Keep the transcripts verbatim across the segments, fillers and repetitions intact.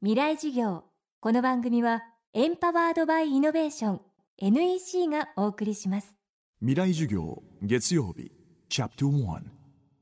未来授業。この番組はエンパワードバイイノベーション エヌイーシー がお送りします。 未来授業月曜日チャプターワン。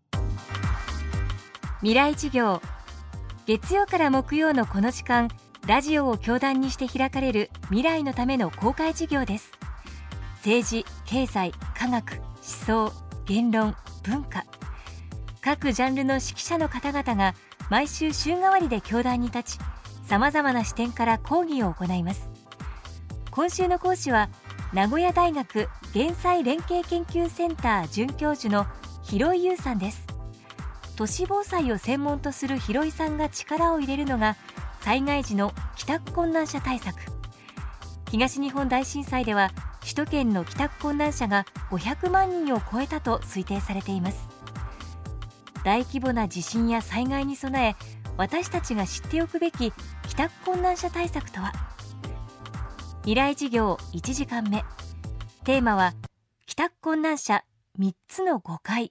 未来授業。月曜から木曜のこの時間、ラジオを教壇にして開かれる未来のための公開授業です。政治、経済、科学、思想、言論、文化、各ジャンルの指揮者の方々が毎週週替わりで教壇に立ち、さまざまな視点から講義を行います。今週の講師は名古屋大学減災連携研究センター准教授の広井優さんです。都市防災を専門とする広井さんが力を入れるのが災害時の帰宅困難者対策。東日本大震災では首都圏の帰宅困難者がごひゃくまんにんを超えたと推定されています。大規模な地震や災害に備え、私たちが知っておくべき帰宅困難者対策とは。未来授業いちじかんめ、テーマは帰宅困難者みっつの誤解。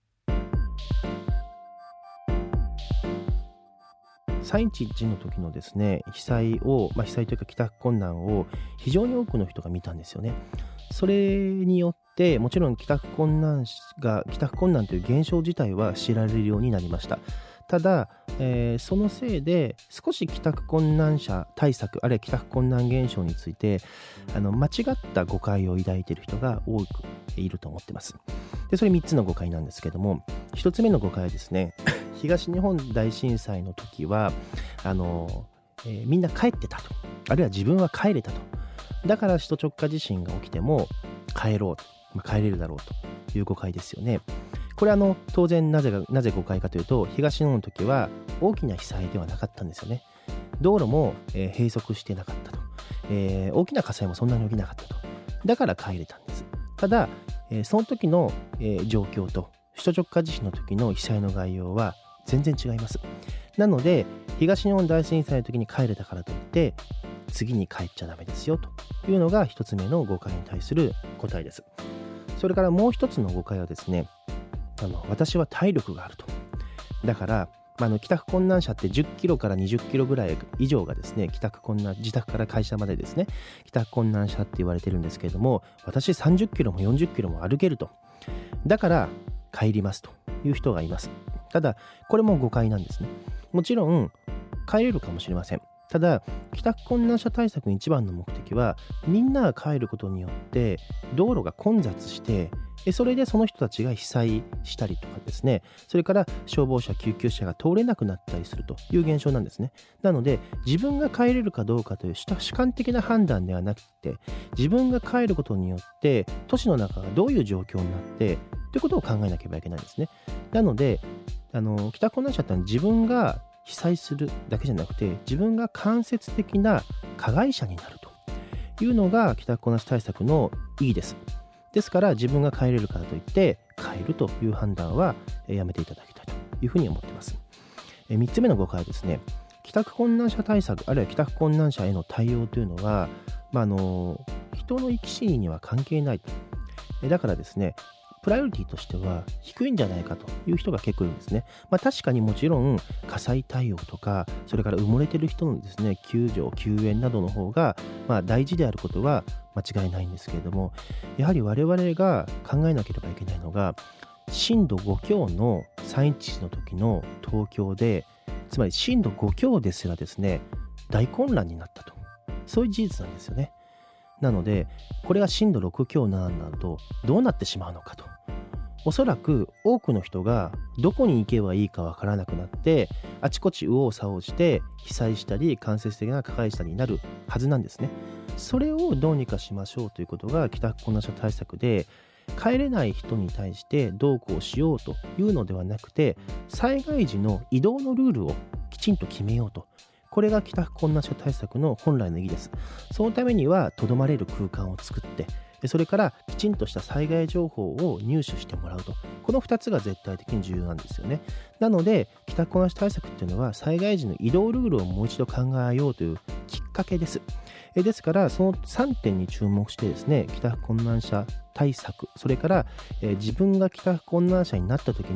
災地時の時のですね、被災を、まあ、被災というか帰宅困難を非常に多くの人が見たんですよね。それによってもちろん帰宅困難が帰宅困難という現象自体は知られるようになりました。ただ、えー、そのせいで少し帰宅困難者対策、あるいは帰宅困難現象についてあの間違った誤解を抱いている人が多くいると思ってます。でそれみっつの誤解なんですけども、ひとつめの誤解はですね東日本大震災の時はあの、えー、みんな帰ってたと、あるいは自分は帰れたと、だから首都直下地震が起きても帰ろうと、まあ、帰れるだろうという誤解ですよね。これあの当然なぜがなぜ誤解かというと、東日本の時は大きな被災ではなかったんですよね。道路も、えー、閉塞してなかったと、えー、大きな火災もそんなに起きなかったと、だから帰れたんです。ただ、えー、その時の、えー、状況と首都直下地震の時の被災の概要は全然違います。なので東日本大震災の時に帰れたからといって次に帰っちゃダメですよというのが一つ目の誤解に対する答えです。それからもう一つの誤解はですね、あの私は体力があると、だから、まあ、あの帰宅困難者ってじゅっキロからにじゅっキロぐらい以上がですね、帰宅困難自宅から会社までですね帰宅困難者って言われてるんですけれども、私さんじゅっキロもよんじゅっキロも歩けると、だから帰りますという人がいます。ただこれも誤解なんですね。もちろん帰れるかもしれません。ただ帰宅困難者対策の一番の目的は、みんなが帰ることによって道路が混雑して、それでその人たちが被災したりとかですね、それから消防車救急車が通れなくなったりするという現象なんですね。なので自分が帰れるかどうかという主観的な判断ではなくて、自分が帰ることによって都市の中がどういう状況になってということを考えなければいけないんですね。なのであの帰宅困難者ってのは自分が被災するだけじゃなくて、自分が間接的な加害者になるというのが帰宅困難者対策の意義です。ですから自分が帰れるからといって帰るという判断はやめていただきたいというふうに思っています。みっつめの誤解はですね、帰宅困難者対策、あるいは帰宅困難者への対応というのは、まあ、あの人の生き死にには関係ないと。だからですね、プライオリティとしては低いんじゃないかという人が結構いるんですね。まあ、確かにもちろん火災対応とか、それから埋もれている人のですね救助救援などの方がまあ大事であることは間違いないんですけれども、やはり我々が考えなければいけないのが、震度ご強の災地の時の東京で、つまり震度ご強ですらですね大混乱になったと、そういう事実なんですよね。なのでこれが震度ろく強ななになるとどうなってしまうのかと、おそらく多くの人がどこに行けばいいかわからなくなって、あちこち右往左往して被災したり間接的な加害者になるはずなんですね。それをどうにかしましょうということが帰宅困難者対策で、帰れない人に対してどうこうしようというのではなくて、災害時の移動のルールをきちんと決めようと、これが帰宅困難者対策の本来の意義です。そのためにはとどまれる空間を作って、それからきちんとした災害情報を入手してもらうと、このふたつが絶対的に重要なんですよね。なので帰宅困難者対策っていうのは、災害時の移動ルールをもう一度考えようというきっかけです。えですからそのさんてんに注目してですね、帰宅困難者対策、それから、えー、自分が帰宅困難者になった時に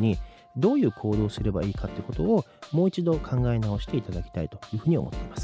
どういう行動をすればいいかということをもう一度考え直していただきたいというふうに思っています。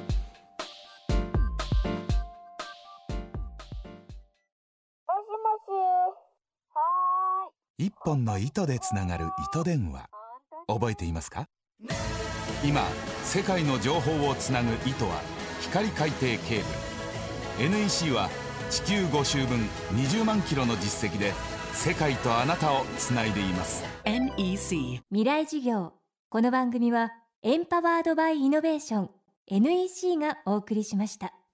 一本の糸でつながる糸電話、覚えていますか？今世界の情報をつなぐ糸は光海底ケーブル。 エヌイーシー は地球ご周分にじゅうまんキロの実績で世界とあなたをつないでいます。 エヌイーシー 未来事業。この番組はエンパワードバイイノベーション エヌイーシー がお送りしました。